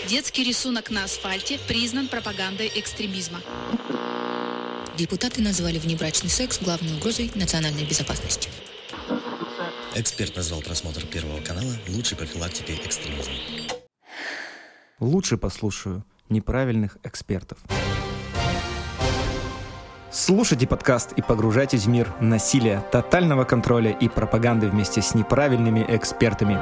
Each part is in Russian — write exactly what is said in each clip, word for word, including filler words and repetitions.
Детский рисунок на асфальте признан пропагандой экстремизма. Депутаты назвали внебрачный секс главной угрозой национальной безопасности. Эксперт назвал просмотр Первого канала лучшей профилактикой экстремизма. Лучше послушаю неправильных экспертов. Слушайте подкаст и погружайтесь в мир насилия, тотального контроля и пропаганды вместе с неправильными экспертами.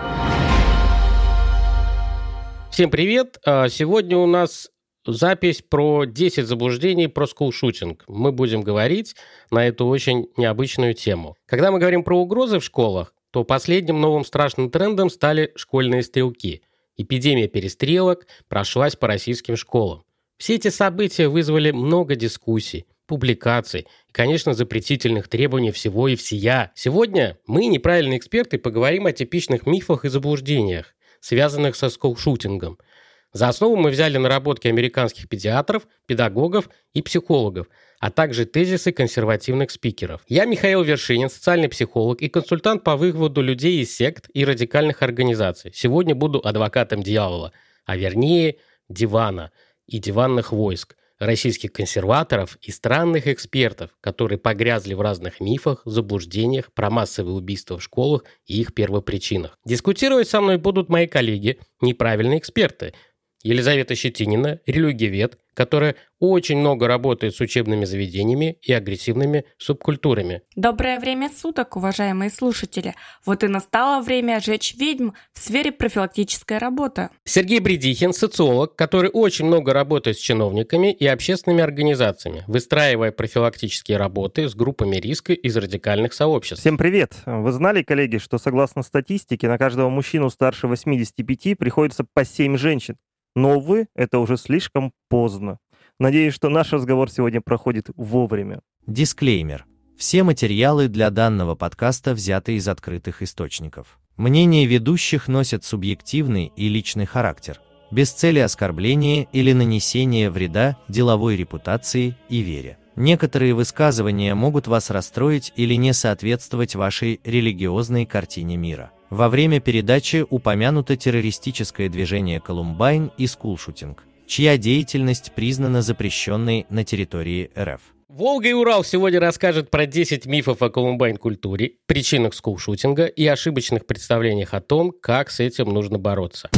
Всем привет! Сегодня у нас запись про десять заблуждений про скулшутинг. Мы будем говорить на эту очень необычную тему. Когда мы говорим про угрозы в школах, то последним новым страшным трендом стали школьные стрелки. Эпидемия перестрелок прошлась по российским школам. Все эти события вызвали много дискуссий, публикаций и, конечно, запретительных требований всего и всея. Сегодня мы, неправильные эксперты, поговорим о типичных мифах и заблуждениях, связанных со скулшутингом. За основу мы взяли наработки американских педиатров, педагогов и психологов, а также тезисы консервативных спикеров. Я Михаил Вершинин, социальный психолог и консультант по выводу людей из сект и радикальных организаций. Сегодня буду адвокатом дьявола, а вернее дивана и диванных войск, российских консерваторов и странных экспертов, которые погрязли в разных мифах, заблуждениях про массовые убийства в школах и их первопричинах. Дискутировать со мной будут мои коллеги, неправильные эксперты. Елизавета Щетинина, религиовед, которая очень много работает с учебными заведениями и агрессивными субкультурами. Доброе время суток, уважаемые слушатели. Вот и настало время жечь ведьм в сфере профилактической работы. Сергей Бредихин, социолог, который очень много работает с чиновниками и общественными организациями, выстраивая профилактические работы с группами риска из радикальных сообществ. Всем привет! Вы знали, коллеги, что согласно статистике на каждого мужчину старше восьмидесяти пяти приходится по семь женщин? Но, увы, это уже слишком поздно. Надеюсь, что наш разговор сегодня проходит вовремя. Дисклеймер. Все материалы для данного подкаста взяты из открытых источников. Мнения ведущих носят субъективный и личный характер, без цели оскорбления или нанесения вреда деловой репутации и вере. Некоторые высказывания могут вас расстроить или не соответствовать вашей религиозной картине мира. Во время передачи упомянуто террористическое движение Колумбайн и скулшутинг, чья деятельность признана запрещенной на территории эр эф. Волга и Урал сегодня расскажет про десять мифов о колумбайн-культуре, причинах скулшутинга и ошибочных представлениях о том, как с этим нужно бороться.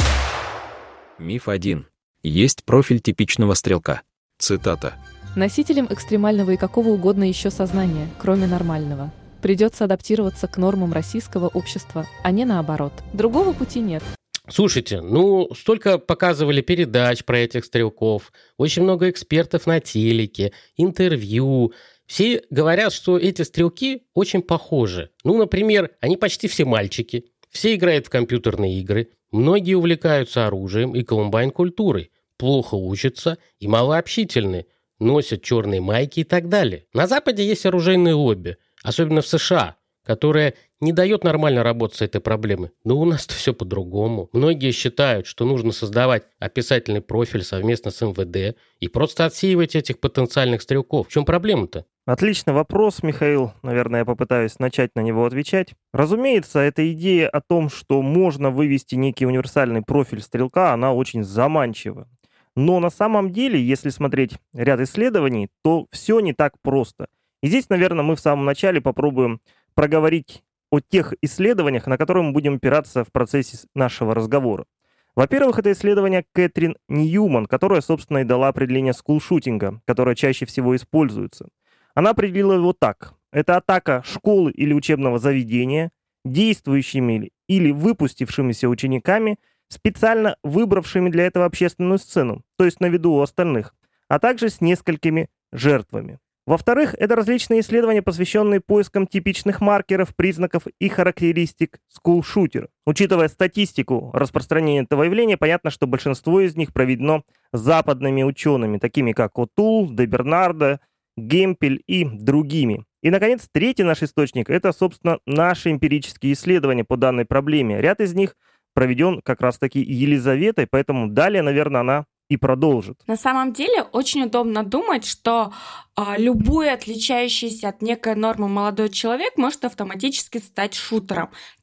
Миф один. Есть профиль типичного стрелка. Цитата. Носителям экстремального и какого угодно еще сознания, кроме нормального, придется адаптироваться к нормам российского общества, а не наоборот. Другого пути нет. Слушайте, ну, столько показывали передач про этих стрелков, очень много экспертов на телеке, интервью. Все говорят, что эти стрелки очень похожи. Ну, например, они почти все мальчики, все играют в компьютерные игры, многие увлекаются оружием и колумбайн-культурой, плохо учатся и малообщительны, носят черные майки и так далее. На Западе есть оружейное лобби, особенно в США, которое не дает нормально работать с этой проблемой. Но у нас-то все по-другому. Многие считают, что нужно создавать описательный профиль совместно с эм вэ дэ и просто отсеивать этих потенциальных стрелков. В чем проблема-то? Отличный вопрос, Михаил. Наверное, я попытаюсь начать на него отвечать. Разумеется, эта идея о том, что можно вывести некий универсальный профиль стрелка, она очень заманчива. Но на самом деле, если смотреть ряд исследований, то все не так просто. И здесь, наверное, мы в самом начале попробуем проговорить о тех исследованиях, на которые мы будем опираться в процессе нашего разговора. Во-первых, это исследование Кэтрин Ньюман, которая, собственно, и дала определение скулшутинга, которое чаще всего используется. Она определила его так. Это атака школы или учебного заведения действующими или выпустившимися учениками, специально выбравшими для этого общественную сцену, то есть на виду у остальных, а также с несколькими жертвами. Во-вторых, это различные исследования, посвященные поискам типичных маркеров, признаков и характеристик скулшутера. Учитывая статистику распространения этого явления, понятно, что большинство из них проведено западными учеными, такими как Отул, Де Бернардо, Гемпель и другими. И, наконец, третий наш источник – это, собственно, наши эмпирические исследования по данной проблеме. Ряд из них проведен как раз-таки Елизаветой, поэтому далее, наверное, она и продолжит. На самом деле очень удобно думать, что э, любой отличающийся от некой нормы молодой человек может автоматически стать шутером.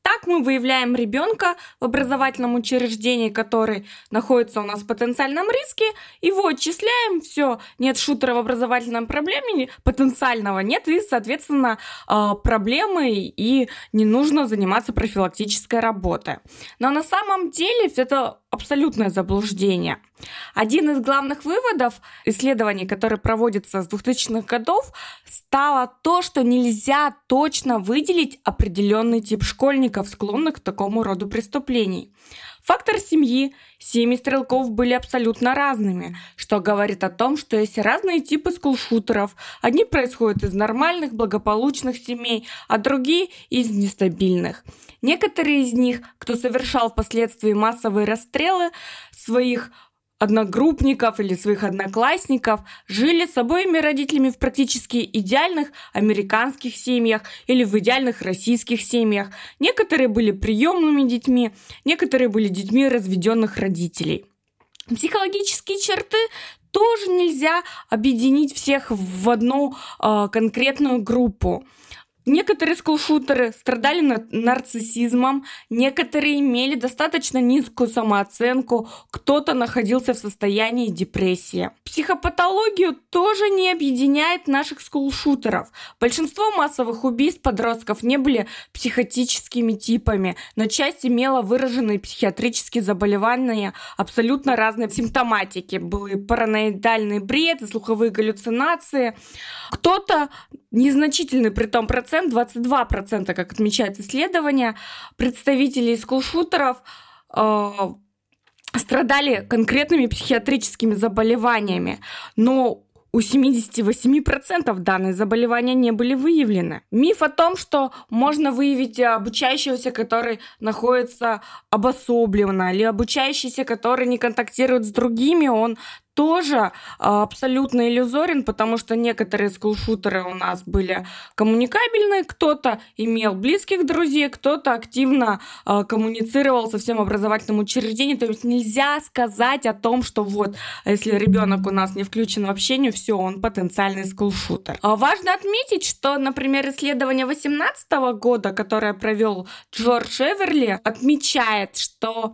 Так мы выявляем ребенка в образовательном учреждении, который находится у нас в потенциальном риске, его отчисляем, все, нет шутера в образовательном проблеме, потенциального нет, и, соответственно, проблемы, и не нужно заниматься профилактической работой. Но на самом деле это абсолютное заблуждение. Один из главных выводов исследований, которые проводятся с двухтысячных годов, стало то, что нельзя точно выделить определенный тип школьников, склонных к такому роду преступлений. Фактор семьи. Семьи стрелков были абсолютно разными, что говорит о том, что есть разные типы скулшутеров. Одни происходят из нормальных, благополучных семей, а другие из нестабильных. Некоторые из них, кто совершал впоследствии массовые расстрелы своих одногруппников или своих одноклассников, жили с обоими родителями в практически идеальных американских семьях или в идеальных российских семьях. Некоторые были приемными детьми, некоторые были детьми разведенных родителей. Психологические черты тоже нельзя объединить всех в одну э, конкретную группу. Некоторые скулшутеры страдали нарциссизмом, некоторые имели достаточно низкую самооценку, кто-то находился в состоянии депрессии. Психопатологию тоже не объединяет наших скулшутеров. Большинство массовых убийств подростков не были психотическими типами, но часть имела выраженные психиатрические заболевания абсолютно разной симптоматики. Был и параноидальный бред, и слуховые галлюцинации. Кто-то, незначительный при том процент, двадцать два процента, как отмечает исследование, представителей скулшутеров э, страдали конкретными психиатрическими заболеваниями, но у семьдесят восемь процентов данные заболевания не были выявлены. Миф о том, что можно выявить обучающегося, который находится обособленно, или обучающийся, который не контактирует с другими, он тоже абсолютно иллюзорен, потому что некоторые скулшутеры у нас были коммуникабельные, кто-то имел близких друзей, кто-то активно э, коммуницировал со всем образовательным учреждением. То есть нельзя сказать о том, что вот, если ребенок у нас не включен в общение, все, он потенциальный скулшутер. А важно отметить, что, например, исследование две тысячи восемнадцатого года, которое провел Джордж Эверли, отмечает, что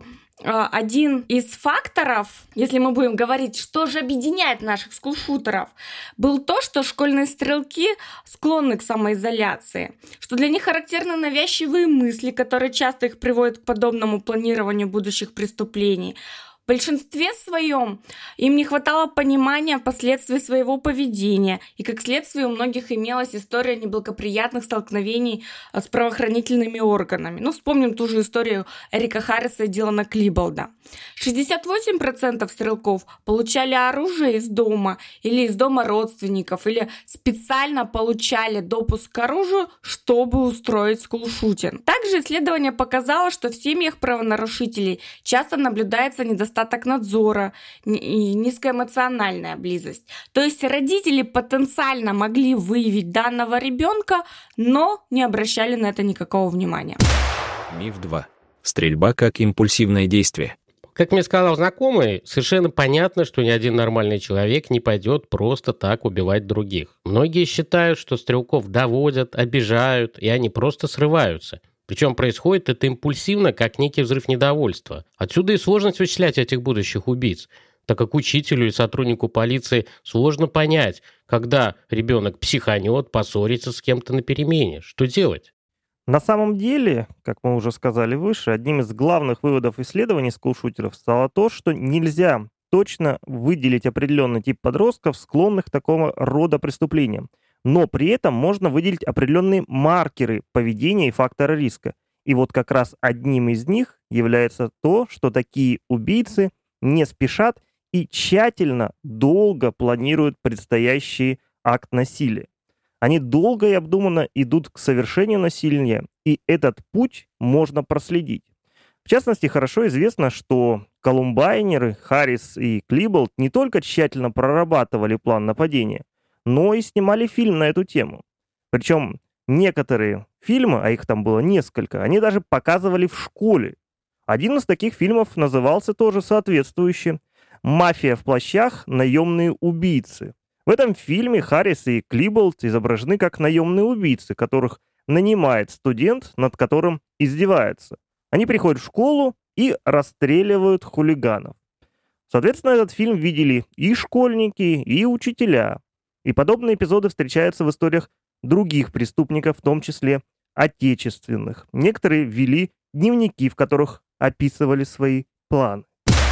один из факторов, если мы будем говорить, что же объединяет наших скулшутеров, был то, что школьные стрелки склонны к самоизоляции, что для них характерны навязчивые мысли, которые часто их приводят к подобному планированию будущих преступлений. В большинстве своем им не хватало понимания последствий своего поведения, и как следствие у многих имелась история неблагоприятных столкновений с правоохранительными органами. Ну, вспомним ту же историю Эрика Харриса и Дилана Клиболда. шестьдесят восемь процентов стрелков получали оружие из дома или из дома родственников, или специально получали допуск к оружию, чтобы устроить скулшутинг. Также исследование показало, что в семьях правонарушителей часто наблюдается недостаток недостаток надзора и низкая эмоциональная близость. То есть родители потенциально могли выявить данного ребенка, но не обращали на это никакого внимания. Миф два. Стрельба как импульсивное действие. Как мне сказал знакомый, совершенно понятно, что ни один нормальный человек не пойдет просто так убивать других. Многие считают, что стрелков доводят, обижают, и они просто срываются. Причем происходит это импульсивно, как некий взрыв недовольства. Отсюда и сложность вычислять этих будущих убийц, так как учителю и сотруднику полиции сложно понять, когда ребенок психанет, поссорится с кем-то на перемене. Что делать? На самом деле, как мы уже сказали выше, одним из главных выводов исследований скулшутеров стало то, что нельзя точно выделить определенный тип подростков, склонных к такого рода преступлениям. Но при этом можно выделить определенные маркеры поведения и фактора риска. И вот как раз одним из них является то, что такие убийцы не спешат и тщательно, долго планируют предстоящий акт насилия. Они долго и обдуманно идут к совершению насилия, и этот путь можно проследить. В частности, хорошо известно, что колумбайнеры Харрис и Клиболд не только тщательно прорабатывали план нападения, но и снимали фильм на эту тему. Причем некоторые фильмы, а их там было несколько, они даже показывали в школе. Один из таких фильмов назывался тоже соответствующе «Мафия в плащах. Наемные убийцы». В этом фильме Харрис и Клиболд изображены как наемные убийцы, которых нанимает студент, над которым издевается. Они приходят в школу и расстреливают хулиганов. Соответственно, этот фильм видели и школьники, и учителя. И подобные эпизоды встречаются в историях других преступников, в том числе отечественных. Некоторые вели дневники, в которых описывали свои планы.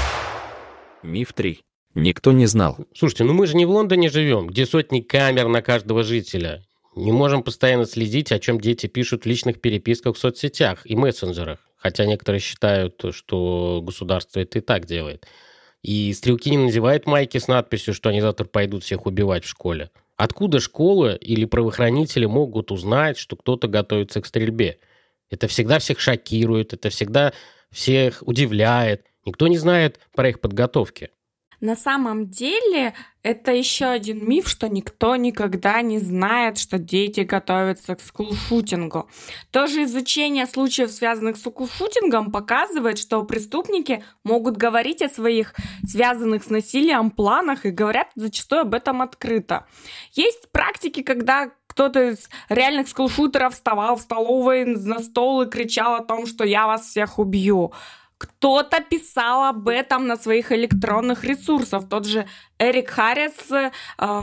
Миф три. Никто не знал. Слушайте, ну мы же не в Лондоне живем, где сотни камер на каждого жителя. Не можем постоянно следить, о чем дети пишут в личных переписках в соцсетях и мессенджерах. Хотя некоторые считают, что государство это и так делает. И стрелки не надевают майки с надписью, что они завтра пойдут всех убивать в школе. Откуда школа или правоохранители могут узнать, что кто-то готовится к стрельбе? Это всегда всех шокирует, это всегда всех удивляет. Никто не знает про их подготовки. На самом деле, это еще один миф, что никто никогда не знает, что дети готовятся к скулшутингу. Тоже изучение случаев, связанных с скулшутингом, показывает, что преступники могут говорить о своих связанных с насилием планах и говорят зачастую об этом открыто. Есть практики, когда кто-то из реальных скулшутеров вставал в столовой на стол и кричал о том, что я вас всех убью. Кто-то писал об этом на своих электронных ресурсах. Тот же Эрик Харрис э,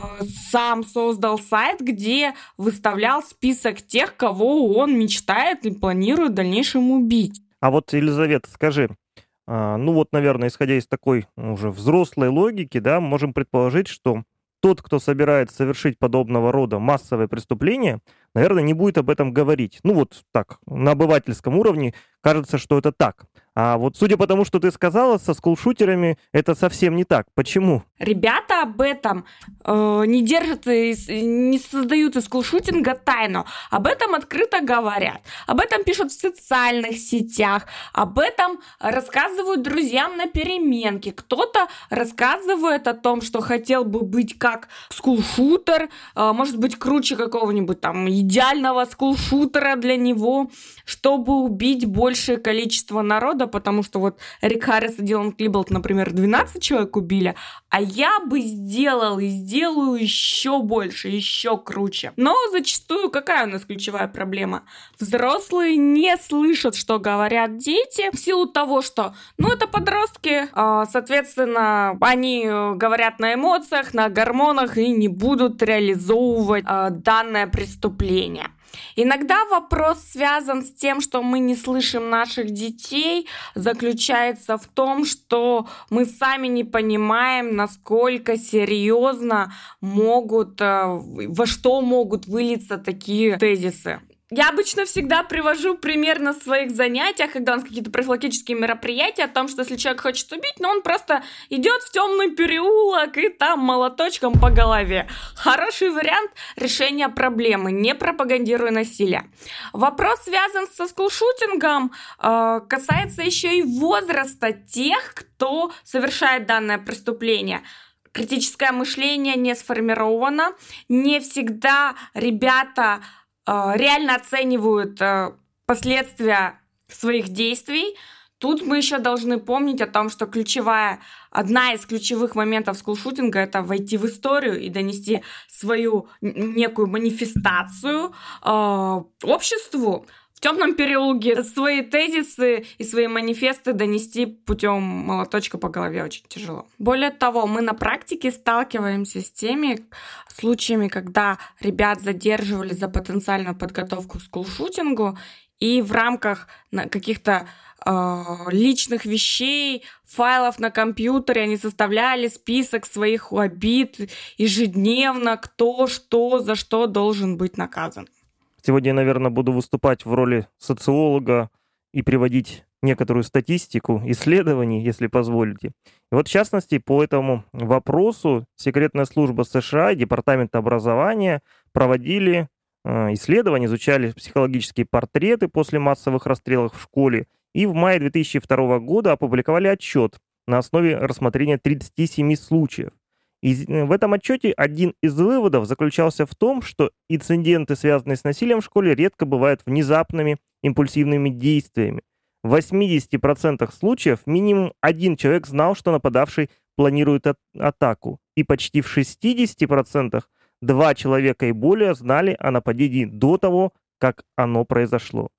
сам создал сайт, где выставлял список тех, кого он мечтает и планирует в дальнейшем убить. А вот, Елизавета, скажи, э, ну вот, наверное, исходя из такой уже взрослой логики, да, можем предположить, что тот, кто собирается совершить подобного рода массовое преступление, наверное, не будет об этом говорить. Ну вот так, на обывательском уровне кажется, что это так. А вот судя по тому, что ты сказала, со скулшутерами это совсем не так. Почему? Ребята об этом э, не держат, и не создают из скулшутинга тайну. Об этом открыто говорят. Об этом пишут в социальных сетях. Об этом рассказывают друзьям на переменке. Кто-то рассказывает о том, что хотел бы быть как скулшутер, э, может быть, круче какого-нибудь там идеального скулшутера для него, чтобы убить большее количество народа, потому что вот Эрик Харрис и Дилан Клиболт, например, двенадцать человек убили, а я бы сделал и сделаю еще больше, еще круче. Но зачастую какая у нас ключевая проблема? Взрослые не слышат, что говорят дети, в силу того, что, ну, это подростки, соответственно, они говорят на эмоциях, на гормонах и не будут реализовывать данное преступление. Иногда вопрос связан с тем, что мы не слышим наших детей, заключается в том, что мы сами не понимаем, насколько серьезно могут, во что могут вылиться такие тезисы. Я обычно всегда привожу пример на своих занятиях, когда у нас какие-то профилактические мероприятия, о том, что если человек хочет убить, но он просто идет в темный переулок и там молоточком по голове. Хороший вариант решения проблемы, не пропагандируя насилие. Вопрос связан со скулшутингом, э, касается еще и возраста тех, кто совершает данное преступление. Критическое мышление не сформировано, не всегда ребята реально оценивают последствия своих действий. Тут мы еще должны помнить о том, что ключевая, одна из ключевых моментов скулшутинга — это войти в историю и донести свою некую манифестацию э, обществу. В темном переулке свои тезисы и свои манифесты донести путем молоточка по голове очень тяжело. Более того, мы на практике сталкиваемся с теми случаями, когда ребят задерживали за потенциальную подготовку к скулшутингу, и в рамках каких-то э, личных вещей, файлов на компьютере они составляли список своих обид ежедневно, кто, что, за что должен быть наказан. Сегодня я, наверное, буду выступать в роли социолога и приводить некоторую статистику исследований, если позволите. И вот, в частности, по этому вопросу секретная служба США и Департамент образования проводили э, исследования, изучали психологические портреты после массовых расстрелов в школе и в мае две тысячи второго года опубликовали отчет на основе рассмотрения тридцати семи случаев. И в этом отчете один из выводов заключался в том, что инциденты, связанные с насилием в школе, редко бывают внезапными импульсивными действиями. В восьмидесяти процентах случаев минимум один человек знал, что нападавший планирует а- атаку. И почти в шестидесяти процентах два человека и более знали о нападении до того, как оно произошло.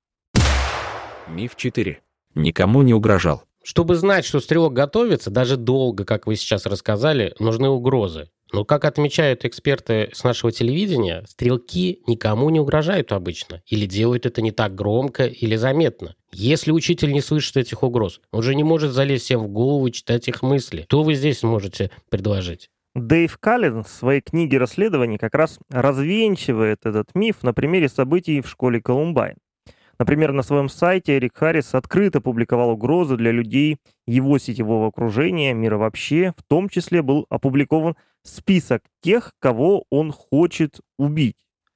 Миф четыре. Никому не угрожал. Чтобы знать, что стрелок готовится, даже долго, как вы сейчас рассказали, нужны угрозы. Но, как отмечают эксперты с нашего телевидения, стрелки никому не угрожают обычно. Или делают это не так громко или заметно. Если учитель не слышит этих угроз, он же не может залезть всем в голову и читать их мысли. Что вы здесь можете предложить? Дэйв Каллен в своей книге расследований как раз развенчивает этот миф на примере событий в школе Колумбайн. Например, на своем сайте Эрик Харрис открыто публиковал угрозы для людей его сетевого окружения, мира вообще. В том числе был опубликован список тех, кого он хочет убить.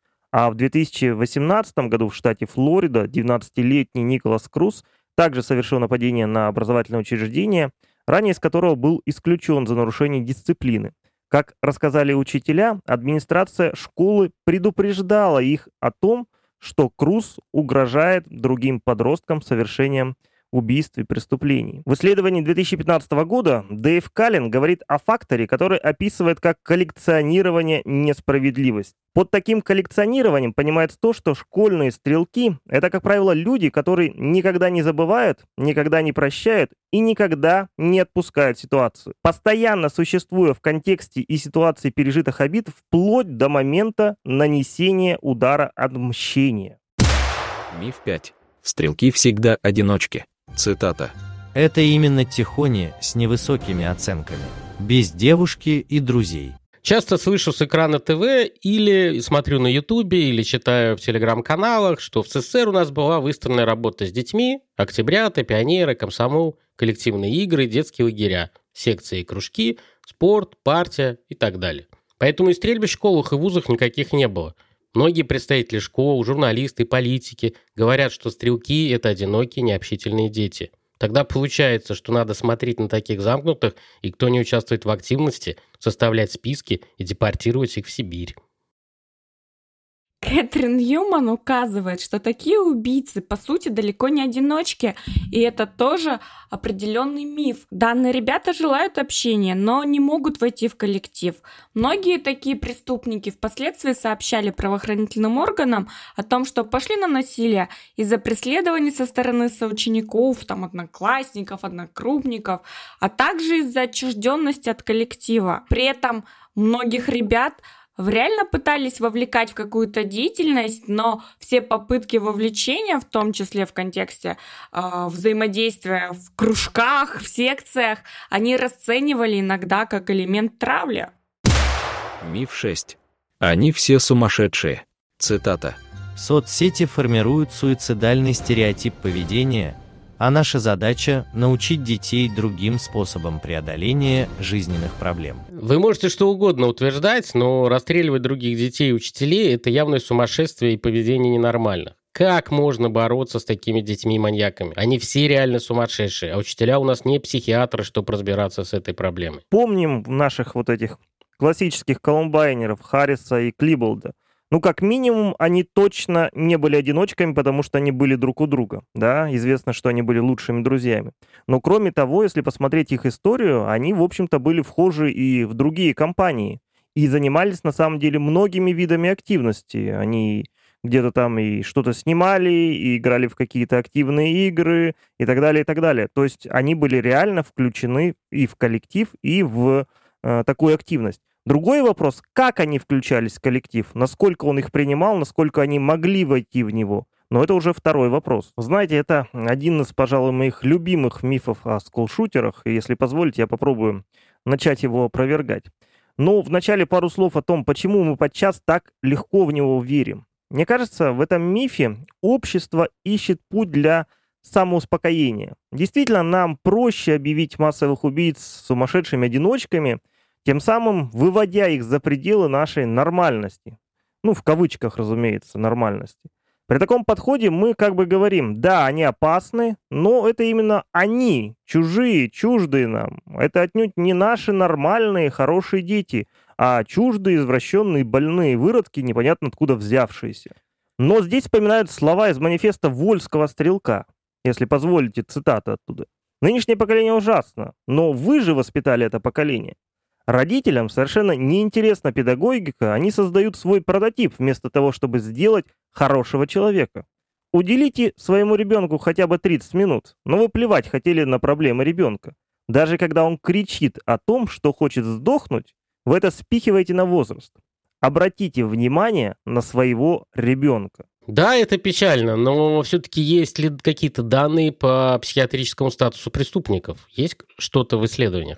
А в две тысячи восемнадцатом году в штате Флорида девятнадцатилетний Николас Круз также совершил нападение на образовательное учреждение, ранее из которого был исключен за нарушение дисциплины. Как рассказали учителя, администрация школы предупреждала их о том, что Круз угрожает другим подросткам совершением убийств и преступлений. В исследовании две тысячи пятнадцатого года Дэйв Каллен говорит о факторе, который описывает как коллекционирование несправедливости. Под таким коллекционированием понимается то, что школьные стрелки — это, как правило, люди, которые никогда не забывают, никогда не прощают и никогда не отпускают ситуацию, постоянно существуя в контексте и ситуации пережитых обид вплоть до момента нанесения удара отмщения. Миф пять. Стрелки всегда одиночки. Цитата. Это именно тихони с невысокими оценками, без девушки и друзей. Часто слышу с экрана ТВ или смотрю на Ютубе, или читаю в телеграм-каналах, что в СССР у нас была выстроена работа с детьми, октябрята, пионеры, комсомол, коллективные игры, детские лагеря, секции и кружки, спорт, партия и так далее. Поэтому и стрельбищ в школах и вузах никаких не было. Многие представители школ, журналисты, политики говорят, что стрелки – это одинокие, необщительные дети. Тогда получается, что надо смотреть на таких замкнутых, и кто не участвует в активности, составлять списки и депортировать их в Сибирь. Кэтрин Ньюман указывает, что такие убийцы, по сути, далеко не одиночки, и это тоже определенный миф. Данные ребята желают общения, но не могут войти в коллектив. Многие такие преступники впоследствии сообщали правоохранительным органам о том, что пошли на насилие из-за преследований со стороны соучеников, там, одноклассников, однокрупников, а также из-за отчужденности от коллектива. При этом многих ребят реально пытались вовлекать в какую-то деятельность, но все попытки вовлечения, в том числе в контексте э, взаимодействия в кружках, в секциях, они расценивали иногда как элемент травли. Миф шесть. Они все сумасшедшие. Цитата. Соцсети формируют суицидальный стереотип поведения, а наша задача – научить детей другим способам преодоления жизненных проблем. Вы можете что угодно утверждать, но расстреливать других детей и учителей – это явное сумасшествие и поведение ненормально. Как можно бороться с такими детьми и маньяками? Они все реально сумасшедшие, а учителя у нас не психиатры, чтобы разбираться с этой проблемой. Помним наших вот этих классических колумбайнеров Харриса и Клиболда. Ну, как минимум, они точно не были одиночками, потому что они были друг у друга, да, известно, что они были лучшими друзьями. Но кроме того, если посмотреть их историю, они, в общем-то, были вхожи и в другие компании, и занимались, на самом деле, многими видами активности. Они где-то там и что-то снимали, и играли в какие-то активные игры, и так далее, и так далее. То есть они были реально включены и в коллектив, и в э, такую активность. Другой вопрос, как они включались в коллектив, насколько он их принимал, насколько они могли войти в него. Но это уже второй вопрос. Знаете, это один из, пожалуй, моих любимых мифов о скулшутерах, и если позволите, я попробую начать его опровергать. Но вначале пару слов о том, почему мы подчас так легко в него верим. Мне кажется, в этом мифе общество ищет путь для самоуспокоения. Действительно, нам проще объявить массовых убийц сумасшедшими одиночками, тем самым выводя их за пределы нашей нормальности. Ну, в кавычках, разумеется, нормальности. При таком подходе мы как бы говорим, да, они опасны, но это именно они, чужие, чуждые нам. Это отнюдь не наши нормальные, хорошие дети, а чуждые, извращенные, больные выродки, непонятно откуда взявшиеся. Но здесь вспоминают слова из манифеста Вольского стрелка, если позволите, цитата оттуда. «Нынешнее поколение ужасно, но вы же воспитали это поколение. Родителям совершенно неинтересна педагогика, они создают свой прототип вместо того, чтобы сделать хорошего человека. Уделите своему ребенку хотя бы тридцать минут, но вы плевать хотели на проблемы ребенка. Даже когда он кричит о том, что хочет сдохнуть, вы это спихиваете на возраст. Обратите внимание на своего ребенка. Да, это печально, но все-таки есть ли какие-то данные по психиатрическому статусу преступников? Есть что-то в исследованиях?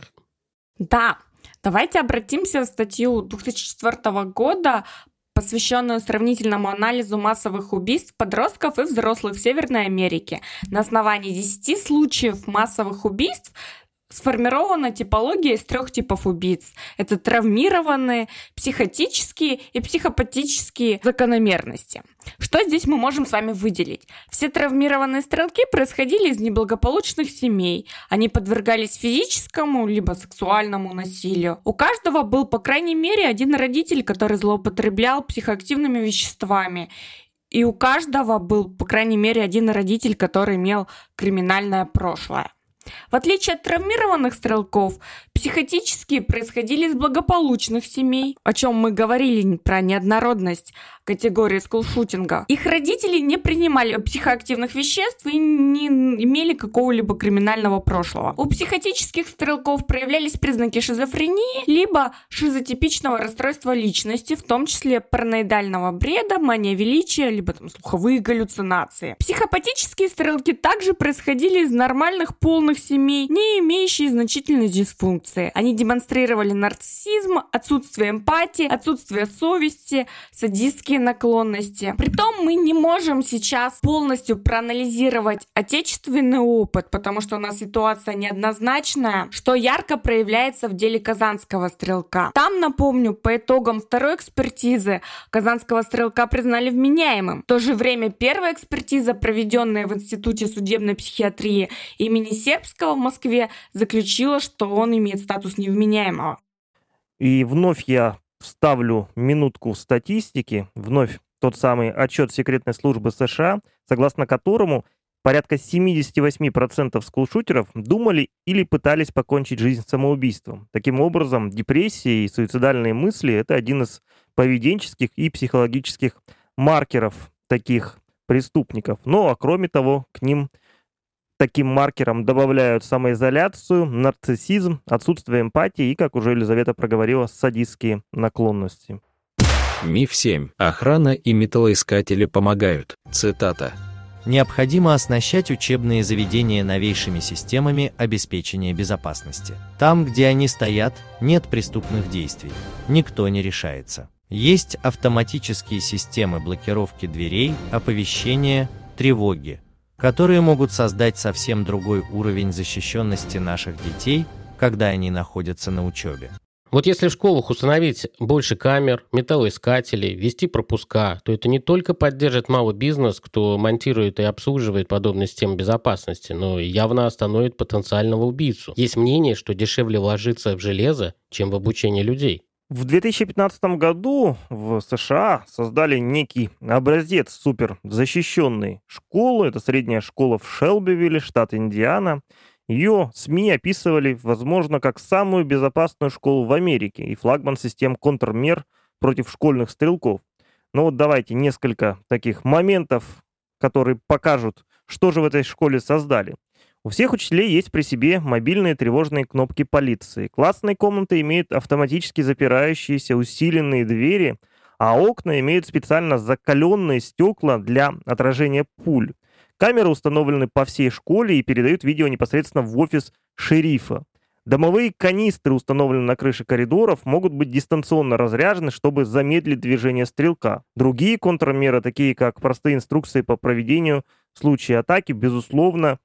Да, давайте обратимся в статью две тысячи четвёртого года, посвященную сравнительному анализу массовых убийств подростков и взрослых в Северной Америке. На основании десяти случаев массовых убийств сформирована типология из трех типов убийц. Это травмированные, психотические и психопатические закономерности. Что здесь мы можем с вами выделить? Все травмированные стрелки происходили из неблагополучных семей. Они подвергались физическому либо сексуальному насилию. У каждого был, по крайней мере, один родитель, который злоупотреблял психоактивными веществами. И у каждого был, по крайней мере, один родитель, который имел криминальное прошлое. В отличие от травмированных стрелков, психотические происходили из благополучных семей, о чем мы говорили про неоднородность категории скулшутинга. Их родители не принимали психоактивных веществ и не имели какого-либо криминального прошлого. У психотических стрелков проявлялись признаки шизофрении, либо шизотипичного расстройства личности, в том числе параноидального бреда, мания величия, либо там, слуховые галлюцинации. Психопатические стрелки также происходили из нормальных полных семей, не имеющие значительной дисфункции. Они демонстрировали нарциссизм, отсутствие эмпатии, отсутствие совести, садистские наклонности. Притом мы не можем сейчас полностью проанализировать отечественный опыт, потому что у нас ситуация неоднозначная, что ярко проявляется в деле казанского стрелка. Там, напомню, по итогам второй экспертизы казанского стрелка признали вменяемым. В то же время первая экспертиза, проведенная в Институте судебной психиатрии имени Сербского в Москве, заключила, что он имеет статус невменяемого. И вновь я вставлю минутку статистики, вновь тот самый отчет секретной службы США, согласно которому порядка семьдесят восемь процентов скулшутеров думали или пытались покончить жизнь самоубийством. Таким образом, депрессия и суицидальные мысли – это один из поведенческих и психологических маркеров таких преступников. Ну а кроме того, к ним таким маркером добавляют самоизоляцию, нарциссизм, отсутствие эмпатии и, как уже Елизавета проговорила, садистские наклонности. Миф семь. Охрана и металлоискатели помогают. Цитата. Необходимо оснащать учебные заведения новейшими системами обеспечения безопасности. Там, где они стоят, нет преступных действий. Никто не решается. Есть автоматические системы блокировки дверей, оповещения, тревоги, которые могут создать совсем другой уровень защищенности наших детей, когда они находятся на учебе. Вот если в школах установить больше камер, металлоискателей, ввести пропуска, то это не только поддержит малый бизнес, кто монтирует и обслуживает подобные системы безопасности, но и явно остановит потенциального убийцу. Есть мнение, что дешевле вложиться в железо, чем в обучение людей. В две тысячи пятнадцатом году в США создали некий образец суперзащищенной школы. Это средняя школа в Шелбивилле, штат Индиана. Ее СМИ описывали, возможно, как самую безопасную школу в Америке и флагман систем контрмер против школьных стрелков. Но вот давайте несколько таких моментов, которые покажут, что же в этой школе создали. У всех учителей есть при себе мобильные тревожные кнопки полиции. Классные комнаты имеют автоматически запирающиеся усиленные двери, а окна имеют специально закаленные стекла для отражения пуль. Камеры установлены по всей школе и передают видео непосредственно в офис шерифа. Домовые канистры, установленные на крыше коридоров, могут быть дистанционно разряжены, чтобы замедлить движение стрелка. Другие контрмеры, такие как простые инструкции по проведению в случае атаки, безусловно,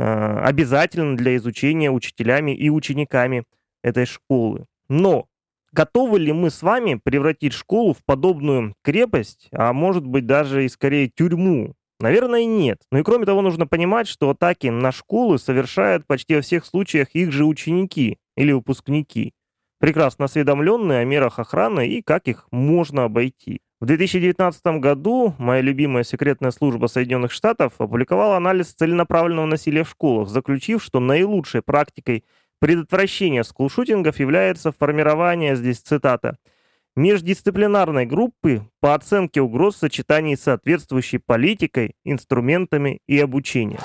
обязательно для изучения учителями и учениками этой школы. Но готовы ли мы с вами превратить школу в подобную крепость, а может быть даже и скорее тюрьму? Наверное, нет. Ну и кроме того, нужно понимать, что атаки на школы совершают почти во всех случаях их же ученики или выпускники, прекрасно осведомленные о мерах охраны и как их можно обойти. В две тысячи девятнадцатом году моя любимая секретная служба Соединенных Штатов опубликовала анализ целенаправленного насилия в школах, заключив, что наилучшей практикой предотвращения скулшутингов является формирование, здесь цитата, междисциплинарной группы по оценке угроз в сочетании с соответствующей политикой, инструментами и обучением.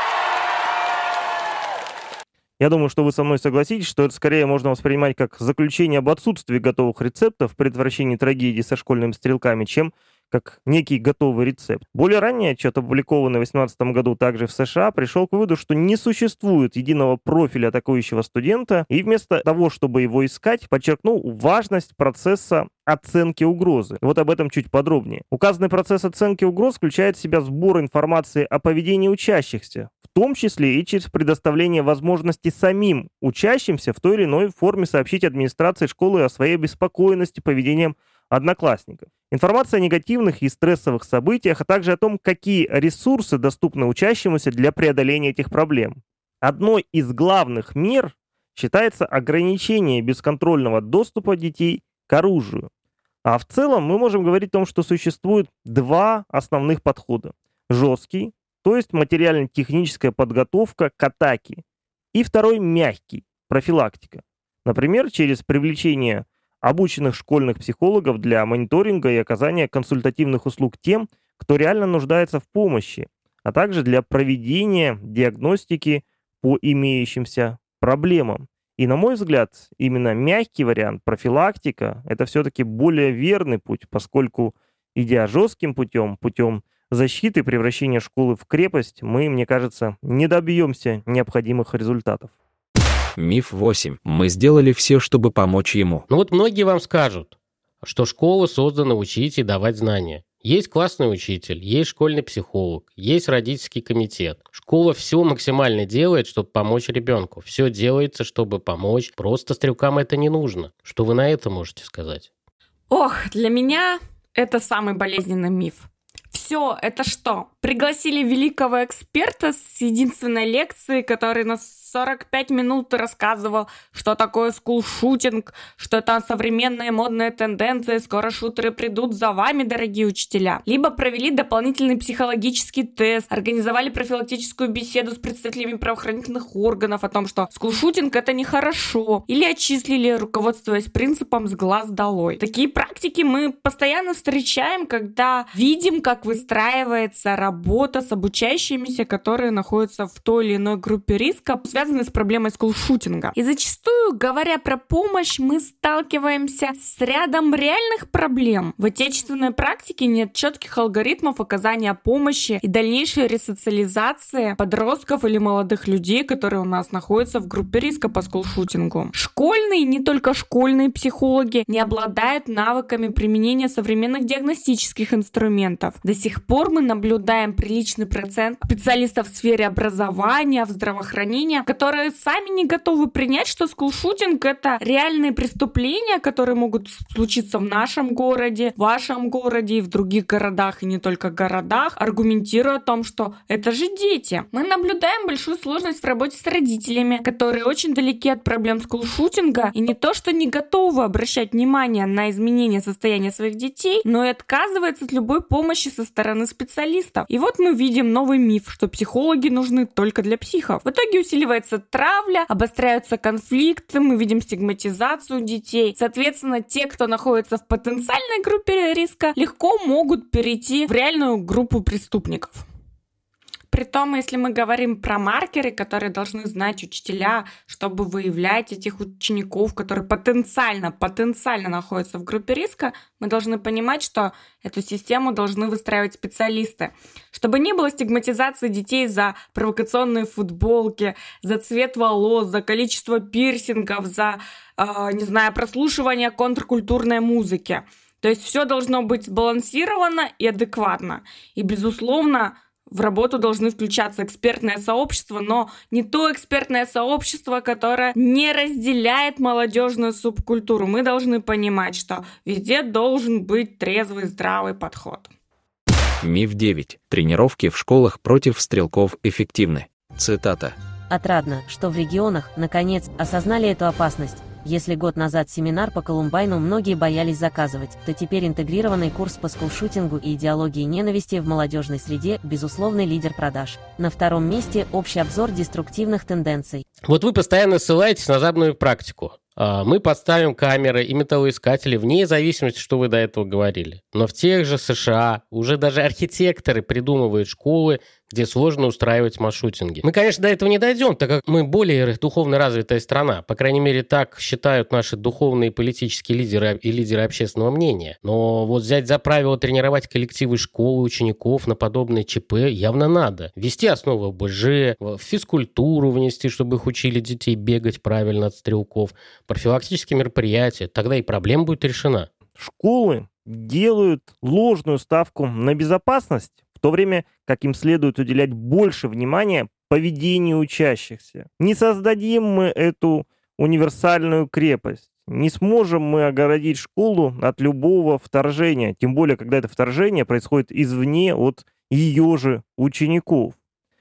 Я думаю, что вы со мной согласитесь, что это скорее можно воспринимать как заключение об отсутствии готовых рецептов в предотвращении трагедии со школьными стрелками, чем как некий готовый рецепт. Более ранний отчет, опубликованный в две тысячи восемнадцатом году также в США, пришел к выводу, что не существует единого профиля атакующего студента, и вместо того, чтобы его искать, подчеркнул важность процесса оценки угрозы. Вот об этом чуть подробнее. Указанный процесс оценки угроз включает в себя сбор информации о поведении учащихся, в том числе и через предоставление возможности самим учащимся в той или иной форме сообщить администрации школы о своей обеспокоенности поведением одноклассников. Информация о негативных и стрессовых событиях, а также о том, какие ресурсы доступны учащемуся для преодоления этих проблем. Одной из главных мер считается ограничение бесконтрольного доступа детей к оружию. А в целом мы можем говорить о том, что существует два основных подхода. Жесткий, то есть материально-техническая подготовка к атаке, и второй мягкий, профилактика. Например, через привлечение обученных школьных психологов для мониторинга и оказания консультативных услуг тем, кто реально нуждается в помощи, а также для проведения диагностики по имеющимся проблемам. И, на мой взгляд, именно мягкий вариант, профилактика, это все-таки более верный путь, поскольку, идя жестким путем, путем защиты, превращения школы в крепость, мы, мне кажется, не добьемся необходимых результатов. Миф восемь. Мы сделали все, чтобы помочь ему. Ну вот многие вам скажут, что школа создана учить и давать знания. Есть классный учитель, есть школьный психолог, есть родительский комитет. Школа все максимально делает, чтобы помочь ребенку. Все делается, чтобы помочь. Просто стрелкам это не нужно. Что вы на это можете сказать? Ох, для меня это самый болезненный миф. Все, это что? Пригласили великого эксперта с единственной лекции, который на сорок пять минут рассказывал, что такое скулшутинг, что это современная модная тенденция, скоро шутеры придут за вами, дорогие учителя. Либо провели дополнительный психологический тест, организовали профилактическую беседу с представителями правоохранительных органов о том, что скулшутинг это нехорошо, или отчислили, руководствуясь принципом «с глаз долой». Такие практики мы постоянно встречаем, когда видим, как выстраивается работа с обучающимися, которые находятся в той или иной группе риска, связанной с проблемой скулшутинга. И зачастую, говоря про помощь, мы сталкиваемся с рядом реальных проблем. В отечественной практике нет четких алгоритмов оказания помощи и дальнейшей ресоциализации подростков или молодых людей, которые у нас находятся в группе риска по скулшутингу. Школьные, не только школьные психологи, не обладают навыками применения современных диагностических инструментов. До сих пор мы наблюдаем приличный процент специалистов в сфере образования, в здравоохранении, которые сами не готовы принять, что скулшутинг — это реальные преступления, которые могут случиться в нашем городе, в вашем городе и в других городах, и не только городах, аргументируя о том, что это же дети. Мы наблюдаем большую сложность в работе с родителями, которые очень далеки от проблем скулшутинга и не то, что не готовы обращать внимание на изменение состояния своих детей, но и отказываются от любой помощи со стороны специалистов. И вот мы видим новый миф, что психологи нужны только для психов. В итоге усиливается травля, обостряются конфликты, мы видим стигматизацию детей. Соответственно, те, кто находится в потенциальной группе риска, легко могут перейти в реальную группу преступников. Притом, если мы говорим про маркеры, которые должны знать учителя, чтобы выявлять этих учеников, которые потенциально, потенциально находятся в группе риска, мы должны понимать, что эту систему должны выстраивать специалисты. Чтобы не было стигматизации детей за провокационные футболки, за цвет волос, за количество пирсингов, за, э, не знаю, прослушивание контркультурной музыки. То есть все должно быть сбалансировано и адекватно. И, безусловно, в работу должны включаться экспертное сообщество, но не то экспертное сообщество, которое не разделяет молодежную субкультуру. Мы должны понимать, что везде должен быть трезвый, здравый подход. Миф девять. Тренировки в школах против стрелков эффективны. Цитата. Отрадно, что в регионах, наконец, осознали эту опасность. Если год назад семинар по Колумбайну многие боялись заказывать, то теперь интегрированный курс по скулшутингу и идеологии ненависти в молодежной среде – безусловный лидер продаж. На втором месте – общий обзор деструктивных тенденций. Вот вы постоянно ссылаетесь на западную практику. Мы подставим камеры и металлоискатели вне зависимости, что вы до этого говорили. Но в тех же США уже даже архитекторы придумывают школы, где сложно устраивать маршрутинги. Мы, конечно, до этого не дойдем, так как мы более духовно развитая страна. По крайней мере, так считают наши духовные и политические лидеры и лидеры общественного мнения. Но вот взять за правило тренировать коллективы школы, учеников на подобные ЧП явно надо. Ввести основы ОБЖ, физкультуру внести, чтобы их учили детей бегать правильно от стрелков, профилактические мероприятия. Тогда и проблема будет решена. Школы делают ложную ставку на безопасность, в то время как им следует уделять больше внимания поведению учащихся. Не создадим мы эту универсальную крепость. Не сможем мы огородить школу от любого вторжения, тем более, когда это вторжение происходит извне от ее же учеников.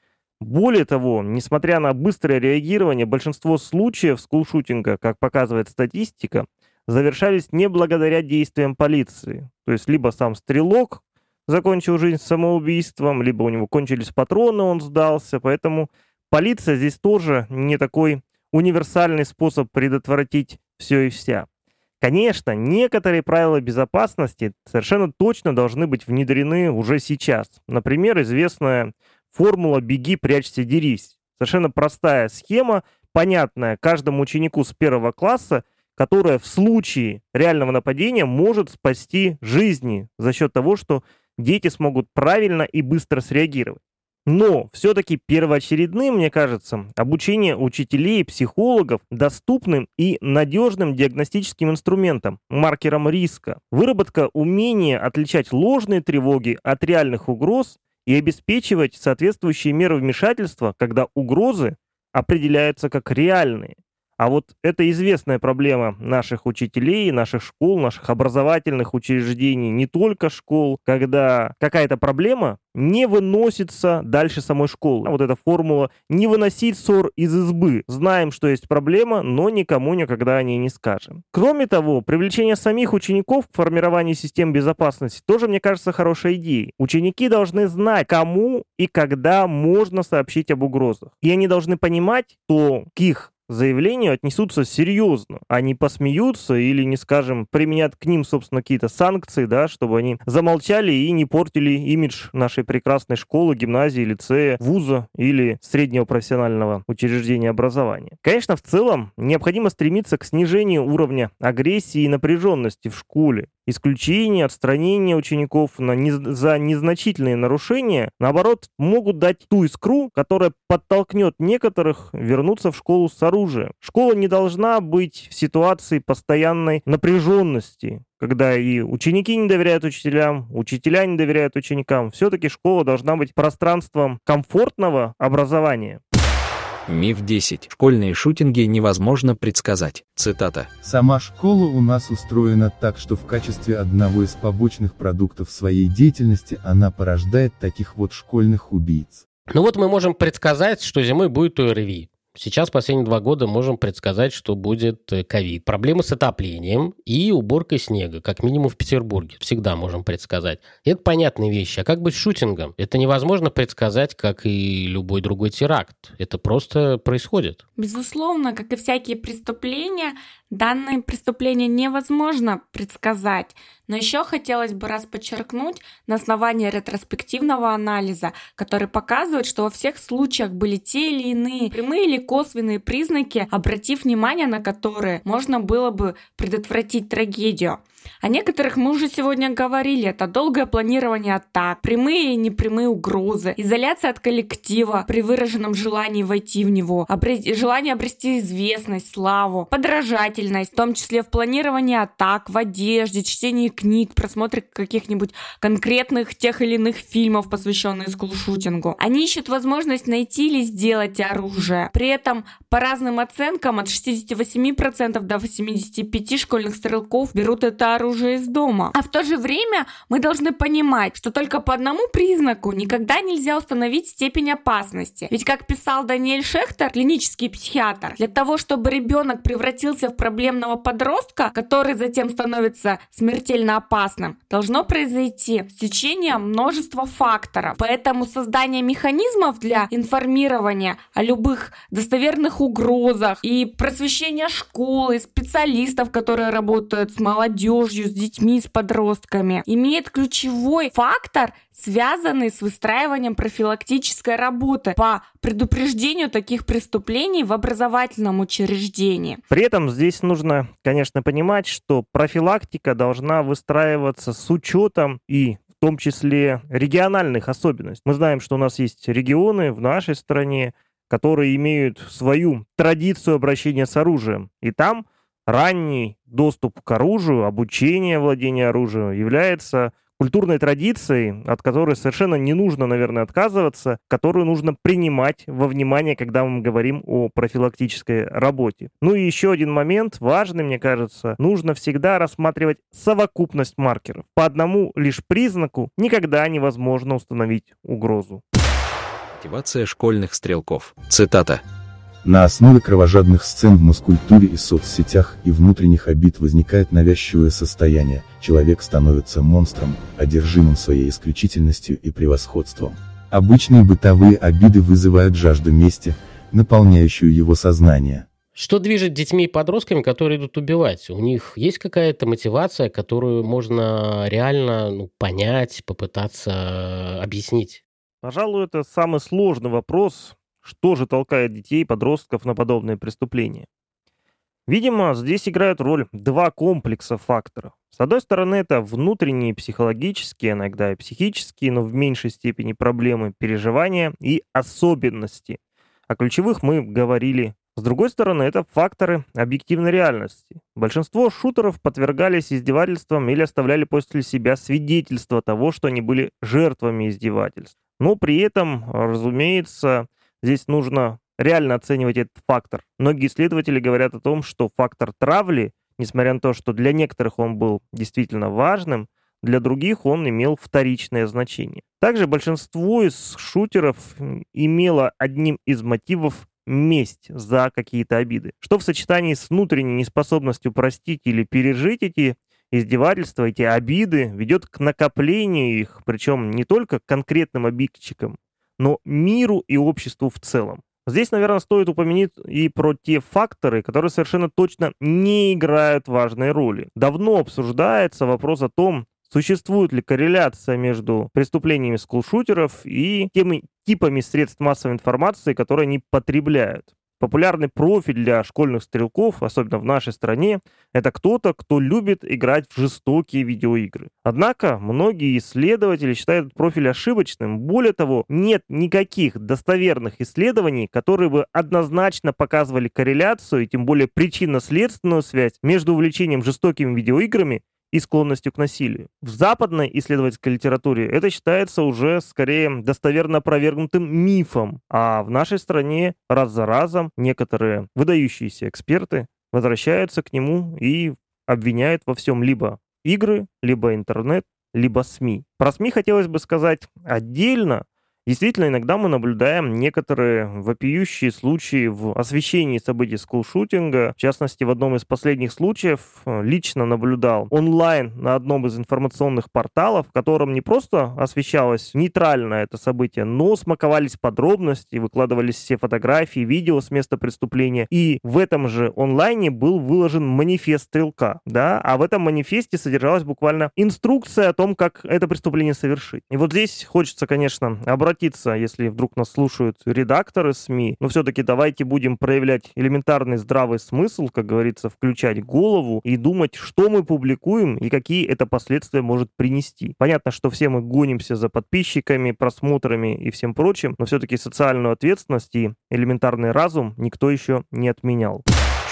Более того, несмотря на быстрое реагирование, большинство случаев скулшутинга, как показывает статистика, завершались не благодаря действиям полиции. То есть либо сам стрелок закончил жизнь самоубийством, либо у него кончились патроны, он сдался. Поэтому полиция здесь тоже не такой универсальный способ предотвратить все и вся. Конечно, некоторые правила безопасности совершенно точно должны быть внедрены уже сейчас. Например, известная формула «беги, прячься, дерись». Совершенно простая схема, понятная каждому ученику с первого класса, которая в случае реального нападения может спасти жизни за счет того, что дети смогут правильно и быстро среагировать. Но все-таки первоочередным, мне кажется, обучение учителей и психологов доступным и надежным диагностическим инструментом, маркером риска. Выработка умения отличать ложные тревоги от реальных угроз и обеспечивать соответствующие меры вмешательства, когда угрозы определяются как реальные. А вот это известная проблема наших учителей, наших школ, наших образовательных учреждений, не только школ, когда какая-то проблема не выносится дальше самой школы. А вот эта формула «не выносить ссор из избы». Знаем, что есть проблема, но никому никогда о ней не скажем. Кроме того, привлечение самих учеников к формированию систем безопасности тоже, мне кажется, хорошей идеей. Ученики должны знать, кому и когда можно сообщить об угрозах. И они должны понимать, что к их заявлению отнесутся серьезно, а не посмеются или, не скажем, применят к ним, собственно, какие-то санкции, да, чтобы они замолчали и не портили имидж нашей прекрасной школы, гимназии, лицея, вуза или среднего профессионального учреждения образования. Конечно, в целом необходимо стремиться к снижению уровня агрессии и напряженности в школе. Исключение, отстранение учеников на не, за незначительные нарушения, наоборот, могут дать ту искру, которая подтолкнет некоторых вернуться в школу с оружием. Школа не должна быть в ситуации постоянной напряженности, когда и ученики не доверяют учителям, учителя не доверяют ученикам. Все-таки школа должна быть пространством комфортного образования. Миф десять. Школьные шутинги невозможно предсказать. Цитата. Сама школа у нас устроена так, что в качестве одного из побочных продуктов своей деятельности она порождает таких вот школьных убийц. Ну вот мы можем предсказать, что зимой будет ОРВИ. Сейчас последние два года можем предсказать, что будет ковид. Проблемы с отоплением и уборкой снега, как минимум в Петербурге. Всегда можем предсказать. Это понятные вещи. А как быть с шутингом? Это невозможно предсказать, как и любой другой теракт. Это просто происходит. Безусловно, как и всякие преступления, данные преступления невозможно предсказать. Но еще хотелось бы раз подчеркнуть на основании ретроспективного анализа, который показывает, что во всех случаях были те или иные прямые или косвенные признаки, обратив внимание на которые можно было бы предотвратить трагедию. О некоторых мы уже сегодня говорили. Это долгое планирование атак, прямые и непрямые угрозы, изоляция от коллектива при выраженном желании войти в него, обре... желание обрести известность, славу, подражательность, в том числе в планировании атак, в одежде, чтении книг, просмотре каких-нибудь конкретных тех или иных фильмов, посвященных скулшутингу. Они ищут возможность найти или сделать оружие. При этом, по разным оценкам, от шестьдесят восемь процентов до восемьдесят пять процентов школьных стрелков берут это оружие из дома. А в то же время мы должны понимать, что только по одному признаку никогда нельзя установить степень опасности. Ведь, как писал Даниэль Шехтер, клинический психиатр, для того, чтобы ребенок превратился в проблемного подростка, который затем становится смертельно опасным, должно произойти стечение множества факторов. Поэтому создание механизмов для информирования о любых достоверных угрозах и просвещение школ и специалистов, которые работают с молодежью, с детьми, с подростками, имеет ключевой фактор, связанный с выстраиванием профилактической работы по предупреждению таких преступлений в образовательном учреждении. При этом здесь нужно, конечно, понимать, что профилактика должна выстраиваться с учетом и в том числе региональных особенностей. Мы знаем, что у нас есть регионы в нашей стране, которые имеют свою традицию обращения с оружием. И там ранний доступ к оружию, обучение владению оружием является культурной традицией, от которой совершенно не нужно, наверное, отказываться, которую нужно принимать во внимание, когда мы говорим о профилактической работе. Ну и еще один момент, важный, мне кажется, нужно всегда рассматривать совокупность маркеров. По одному лишь признаку никогда невозможно установить угрозу. Мотивация школьных стрелков. Цитата. На основе кровожадных сцен в маскультуре и соцсетях и внутренних обид возникает навязчивое состояние, человек становится монстром, одержимым своей исключительностью и превосходством. Обычные бытовые обиды вызывают жажду мести, наполняющую его сознание. Что движет детьми и подростками, которые идут убивать? У них есть какая-то мотивация, которую можно реально ну, понять, попытаться объяснить? Пожалуй, это самый сложный вопрос. Что же толкает детей и подростков на подобные преступления? Видимо, здесь играют роль два комплекса факторов. С одной стороны, это внутренние психологические, иногда и психические, но в меньшей степени проблемы, переживания и особенности. О ключевых мы говорили. С другой стороны, это факторы объективной реальности. Большинство шутеров подвергались издевательствам или оставляли после себя свидетельство того, что они были жертвами издевательств. Но при этом, разумеется, здесь нужно реально оценивать этот фактор. Многие исследователи говорят о том, что фактор травли, несмотря на то, что для некоторых он был действительно важным, для других он имел вторичное значение. Также большинство из шутеров имело одним из мотивов месть за какие-то обиды, что в сочетании с внутренней неспособностью простить или пережить эти издевательства, эти обиды, ведет к накоплению их, причем не только конкретным обидчикам, но миру и обществу в целом. Здесь, наверное, стоит упомянуть и про те факторы, которые совершенно точно не играют важной роли. Давно обсуждается вопрос о том, существует ли корреляция между преступлениями скулшутеров и теми типами средств массовой информации, которые они потребляют. Популярный профиль для школьных стрелков, особенно в нашей стране, это кто-то, кто любит играть в жестокие видеоигры. Однако многие исследователи считают этот профиль ошибочным. Более того, нет никаких достоверных исследований, которые бы однозначно показывали корреляцию и тем более причинно-следственную связь между увлечением жестокими видеоиграми и склонностью к насилию. В западной исследовательской литературе это считается уже скорее достоверно опровергнутым мифом, а в нашей стране раз за разом некоторые выдающиеся эксперты возвращаются к нему и обвиняют во всем либо игры, либо интернет, либо СМИ. Про СМИ хотелось бы сказать отдельно. Действительно, иногда мы наблюдаем некоторые вопиющие случаи в освещении событий скулшутинга. В частности, в одном из последних случаев лично наблюдал онлайн на одном из информационных порталов, в котором не просто освещалось нейтрально это событие, но смаковались подробности, выкладывались все фотографии, видео с места преступления. И в этом же онлайне был выложен манифест стрелка, да, а в этом манифесте содержалась буквально инструкция о том, как это преступление совершить. И вот здесь хочется, конечно, обратиться, если вдруг нас слушают редакторы СМИ, но все-таки давайте будем проявлять элементарный здравый смысл, как говорится, включать голову и думать, что мы публикуем и какие это последствия может принести. Понятно, что все мы гонимся за подписчиками, просмотрами и всем прочим, но все-таки социальную ответственность и элементарный разум никто еще не отменял.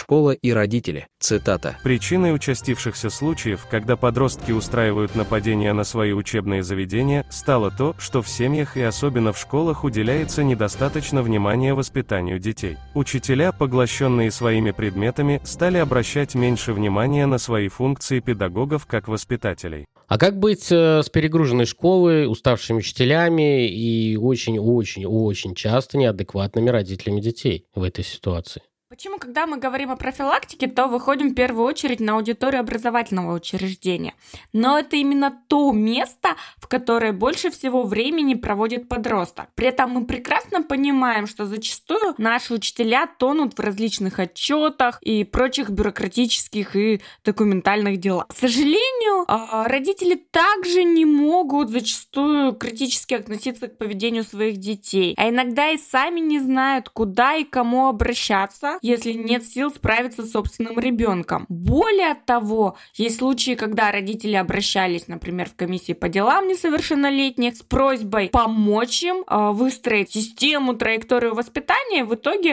школа и родители. Цитата. Причиной участившихся случаев, когда подростки устраивают нападения на свои учебные заведения, стало то, что в семьях и особенно в школах уделяется недостаточно внимания воспитанию детей. Учителя, поглощенные своими предметами, стали обращать меньше внимания на свои функции педагогов как воспитателей. А как быть э, с перегруженной школой, уставшими учителями и очень-очень-очень часто неадекватными родителями детей в этой ситуации? Почему, когда мы говорим о профилактике, то выходим в первую очередь на аудиторию образовательного учреждения? Но это именно то место, в которое больше всего времени проводит подросток. При этом мы прекрасно понимаем, что зачастую наши учителя тонут в различных отчетах и прочих бюрократических и документальных делах. К сожалению, родители также не могут зачастую критически относиться к поведению своих детей, а иногда и сами не знают, куда и кому обращаться, если нет сил справиться с собственным ребенком. Более того, есть случаи, когда родители обращались, например, в комиссии по делам несовершеннолетних с просьбой помочь им э, выстроить систему, траекторию воспитания. В итоге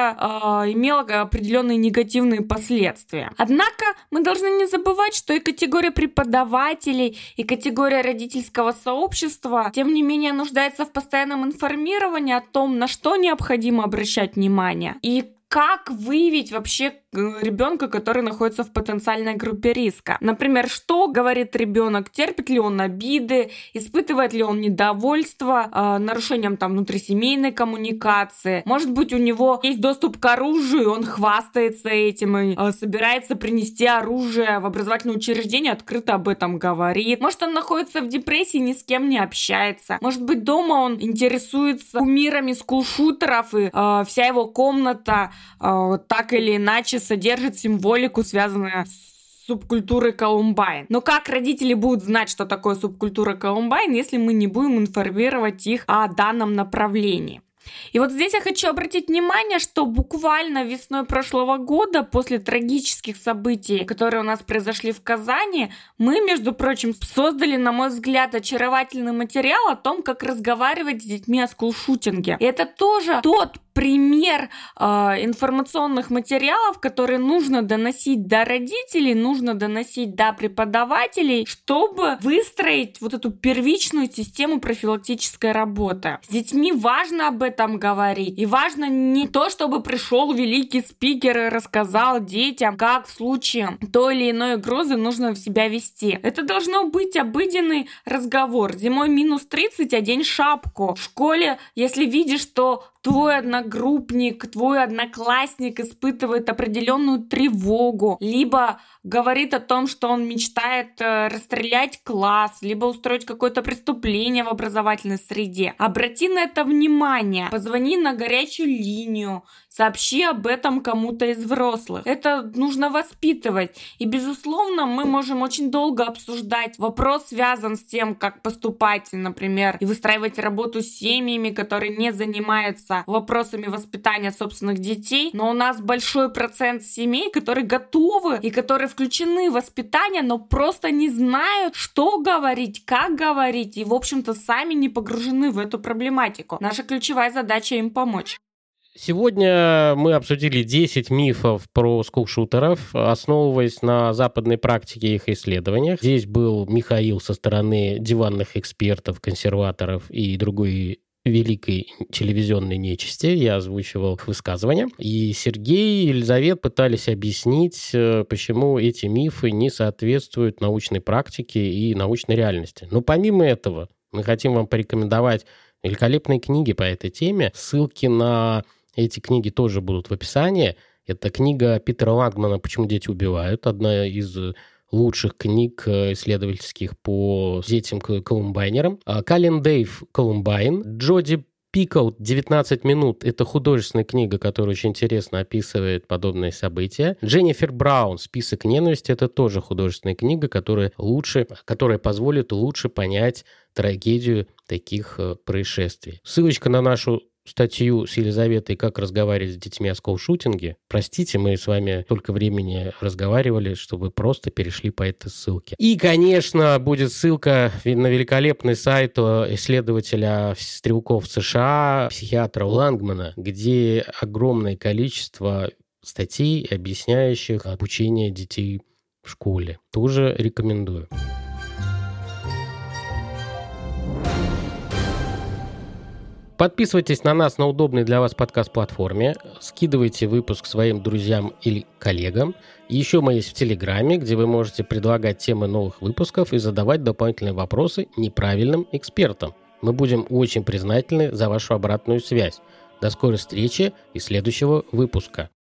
это э, имело определенные негативные последствия. Однако мы должны не забывать, что и категория преподавателей, и категория родительского сообщества, тем не менее, нуждается в постоянном информировании о том, на что необходимо обращать внимание и как выявить вообще ребенка, который находится в потенциальной группе риска. Например, что говорит ребенок, терпит ли он обиды, испытывает ли он недовольство э, нарушением там внутрисемейной коммуникации. Может быть, у него есть доступ к оружию, он хвастается этим и э, собирается принести оружие в образовательное учреждение, открыто об этом говорит. Может, он находится в депрессии, ни с кем не общается. Может быть, дома он интересуется кумирами скулшутеров, и э, вся его комната э, так или иначе содержит символику, связанную с субкультурой Колумбайн. Но как родители будут знать, что такое субкультура Колумбайн, если мы не будем информировать их о данном направлении? И вот здесь я хочу обратить внимание, что буквально весной прошлого года, после трагических событий, которые у нас произошли в Казани, мы, между прочим, создали, на мой взгляд, очаровательный материал о том, как разговаривать с детьми о скулшутинге. И это тоже тот пример э, информационных материалов, которые нужно доносить до родителей, нужно доносить до преподавателей, чтобы выстроить вот эту первичную систему профилактической работы. С детьми важно об этом говорить. И важно не то, чтобы пришел великий спикер и рассказал детям, как в случае той или иной угрозы нужно себя вести. Это должно быть обыденный разговор. Зимой минус тридцать, одень шапку. В школе, если видишь, что твой одногруппник, твой одноклассник испытывает определенную тревогу, либо говорит о том, что он мечтает э, расстрелять класс, либо устроить какое-то преступление в образовательной среде. Обрати на это внимание, позвони на горячую линию, сообщи об этом кому-то из взрослых. Это нужно воспитывать. И, безусловно, мы можем очень долго обсуждать. Вопрос связан с тем, как поступать, например, и выстраивать работу с семьями, которые не занимаются вопросами воспитания собственных детей. Но у нас большой процент семей, которые готовы и которые включены в воспитание, но просто не знают, что говорить, как говорить, и, в общем-то, сами не погружены в эту проблематику. Наша ключевая задача им помочь. Сегодня мы обсудили десять мифов про скулшутеров, основываясь на западной практике и их исследованиях. Здесь был Михаил со стороны диванных экспертов, консерваторов и другой великой телевизионной нечисти. Я озвучивал высказывания. И Сергей и Елизавета пытались объяснить, почему эти мифы не соответствуют научной практике и научной реальности. Но помимо этого, мы хотим вам порекомендовать великолепные книги по этой теме. Ссылки на эти книги тоже будут в описании. Это книга Питера Лагмана «Почему дети убивают», одна из лучших книг исследовательских по детям-колумбайнерам. Калин Дэйв «Колумбайн». Джоди Пикаут «девятнадцать минут» — это художественная книга, которая очень интересно описывает подобные события. Дженнифер Браун «Список ненависти» — это тоже художественная книга, которая, лучше, которая позволит лучше понять трагедию таких происшествий. Ссылочка на нашу статью с Елизаветой «Как разговаривать с детьми о скулшутинге». Простите, мы с вами столько времени разговаривали, чтобы просто перешли по этой ссылке. И, конечно, будет ссылка на великолепный сайт исследователя стрелков США, психиатра Лангмана, где огромное количество статей, объясняющих обучение детей в школе. Тоже рекомендую. Подписывайтесь на нас на удобной для вас подкаст-платформе, скидывайте выпуск своим друзьям или коллегам. Еще мы есть в Телеграме, где вы можете предлагать темы новых выпусков и задавать дополнительные вопросы неправильным экспертам. Мы будем очень признательны за вашу обратную связь. До скорой встречи и следующего выпуска.